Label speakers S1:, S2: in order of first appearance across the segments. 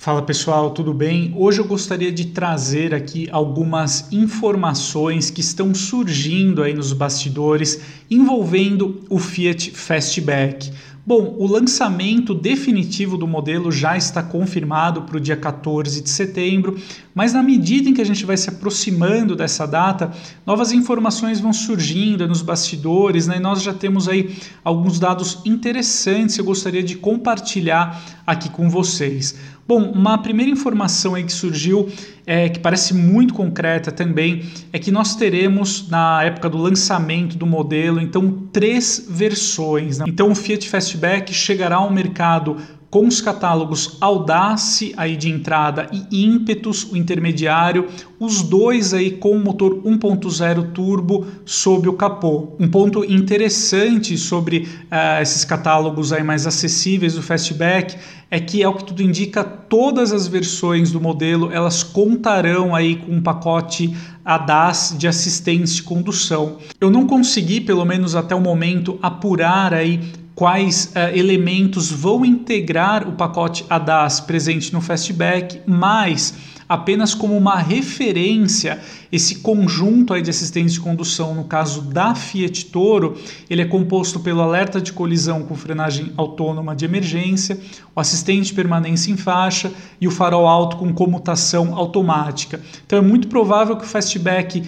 S1: Fala pessoal, tudo bem? Hoje eu gostaria de trazer aqui algumas informações que estão surgindo aí nos bastidores envolvendo o Fiat Fastback. Bom, o lançamento definitivo do modelo já está confirmado para o dia 14 de setembro, mas na medida em que a gente vai se aproximando dessa data, novas informações vão surgindo nos bastidores, né? E nós já temos aí alguns dados interessantes que eu gostaria de compartilhar aqui com vocês. Bom, uma primeira informação aí que surgiu, que parece muito concreta também, é que nós teremos na época do lançamento do modelo, então 3 versões, né? Então o Fiat Fastback chegará ao mercado com os catálogos Audace aí de entrada e Impetus, o intermediário, os dois aí com motor 1.0 turbo sob o capô. Um ponto interessante sobre esses catálogos aí mais acessíveis do Fastback é que, ao que tudo indica, todas as versões do modelo elas contarão aí com um pacote ADAS de assistência de condução. Eu não consegui, pelo menos até o momento, apurar aí quais elementos vão integrar o pacote ADAS presente no Fastback, mas apenas como uma referência, esse conjunto aí de assistência de condução, no caso da Fiat Toro, ele é composto pelo alerta de colisão com frenagem autônoma de emergência, o assistente de permanência em faixa e o farol alto com comutação automática. Então é muito provável que o Fastback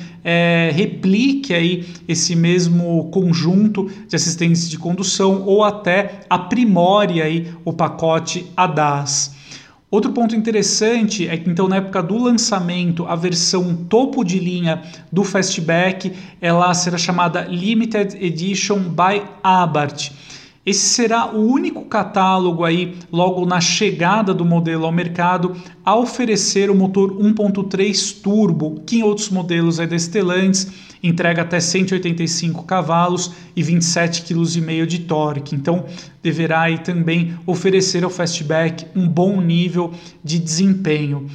S1: replique aí esse mesmo conjunto de assistência de condução ou até aprimore aí o pacote ADAS. Outro ponto interessante é que, então, na época do lançamento, a versão topo de linha do Fastback ela será chamada Limited Edition by Abarth. Esse será o único catálogo aí, logo na chegada do modelo ao mercado, a oferecer o motor 1.3 turbo, que em outros modelos da Stellantis entrega até 185 cavalos e 27,5 kg de torque. Então, deverá aí também oferecer ao Fastback um bom nível de desempenho.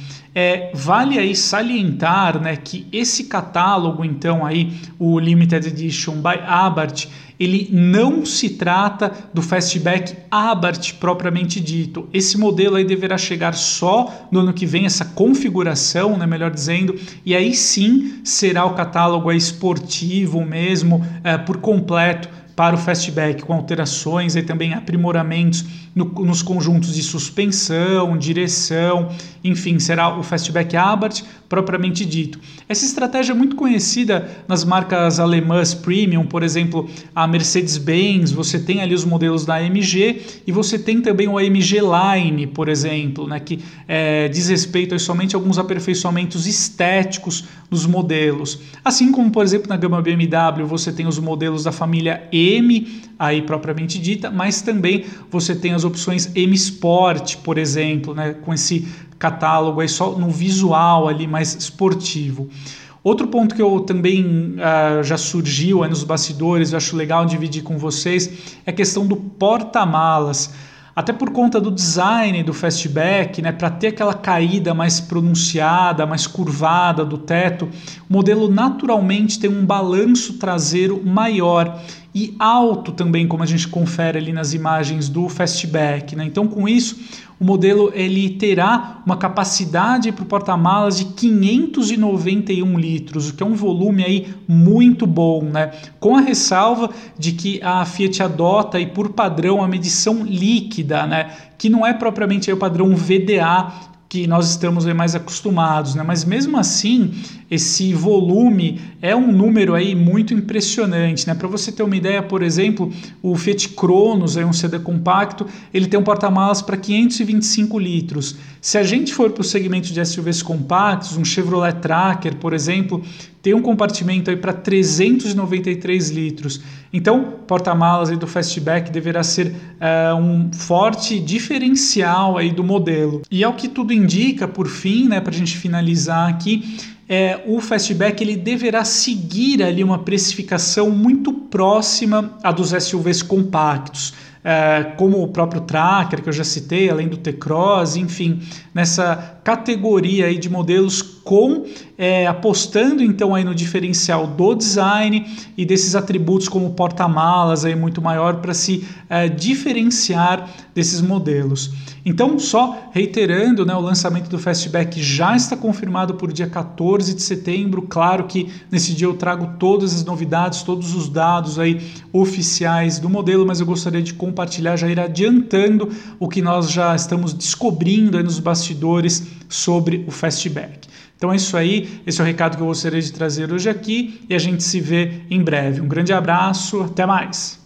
S1: Vale aí salientar, né, que esse catálogo, então, aí, o Limited Edition by Abarth, ele não se trata do Fastback Abarth propriamente dito. Esse modelo aí deverá chegar só no ano que vem, essa configuração, né, melhor dizendo, e aí sim será o catálogo aí esportivo mesmo, por completo, para o Fastback, com alterações e também aprimoramentos nos conjuntos de suspensão, direção, enfim, será o Fastback Abarth propriamente dito. Essa estratégia é muito conhecida nas marcas alemãs premium, por exemplo, a Mercedes-Benz, você tem ali os modelos da AMG e você tem também o AMG Line, por exemplo, né, que diz respeito a somente alguns aperfeiçoamentos estéticos dos modelos. Assim como, por exemplo, na gama BMW você tem os modelos da família M, aí propriamente dita, mas também você tem as opções M Sport, por exemplo, né, com esse catálogo aí só no visual ali mais esportivo. Outro ponto que eu também já surgiu aí nos bastidores, eu acho legal dividir com vocês, é a questão do porta-malas. Até por conta do design do Fastback, né, para ter aquela caída mais pronunciada, mais curvada do teto, o modelo naturalmente tem um balanço traseiro maior e alto também, como a gente confere ali nas imagens do Fastback, né? Então, com isso, o modelo ele terá uma capacidade para o porta-malas de 591 litros, o que é um volume aí muito bom, né? Com a ressalva de que a Fiat adota aí, por padrão a medição líquida, né? Que não é propriamente aí o padrão VDA que nós estamos aí mais acostumados, né? Mas mesmo assim, esse volume é um número aí muito impressionante, né? Para você ter uma ideia, por exemplo, o Fiat Cronos, aí um sedã compacto, ele tem um porta-malas para 525 litros. Se a gente for para o segmento de SUVs compactos, um Chevrolet Tracker, por exemplo, tem um compartimento aí para 393 litros. Então, porta-malas aí do Fastback deverá ser um forte diferencial aí do modelo. E ao que tudo indica, por fim, né, para a gente finalizar aqui, o Fastback ele deverá seguir ali uma precificação muito próxima à dos SUVs compactos. Como o próprio Tracker, que eu já citei, além do T-Cross, enfim, nessa categoria aí de modelos com apostando então aí no diferencial do design e desses atributos como porta-malas aí muito maior para se diferenciar desses modelos. Então, só reiterando, né, o lançamento do Fastback já está confirmado por dia 14 de setembro. Claro que nesse dia eu trago todas as novidades, todos os dados aí oficiais do modelo, mas eu gostaria de compartilhar, já ir adiantando o que nós já estamos descobrindo aí nos bastidores sobre o Fastback. Então é isso aí, esse é o recado que eu gostaria de trazer hoje aqui e a gente se vê em breve. Um grande abraço, até mais!